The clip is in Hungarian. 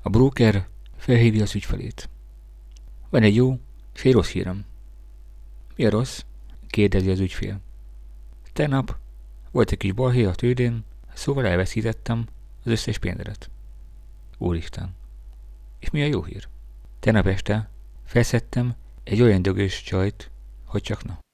A bróker felhívja az ügyfelét. Van egy jó és egy rossz hírem. Mi a rossz? Kérdezi az ügyfél. Tegnap volt egy kis balhé a tőzsdén, szóval elveszítettem az összes pénzemet. Úristen. És mi a jó hír? Tegnap este felszedtem egy olyan dögös csajt, hogy csak na.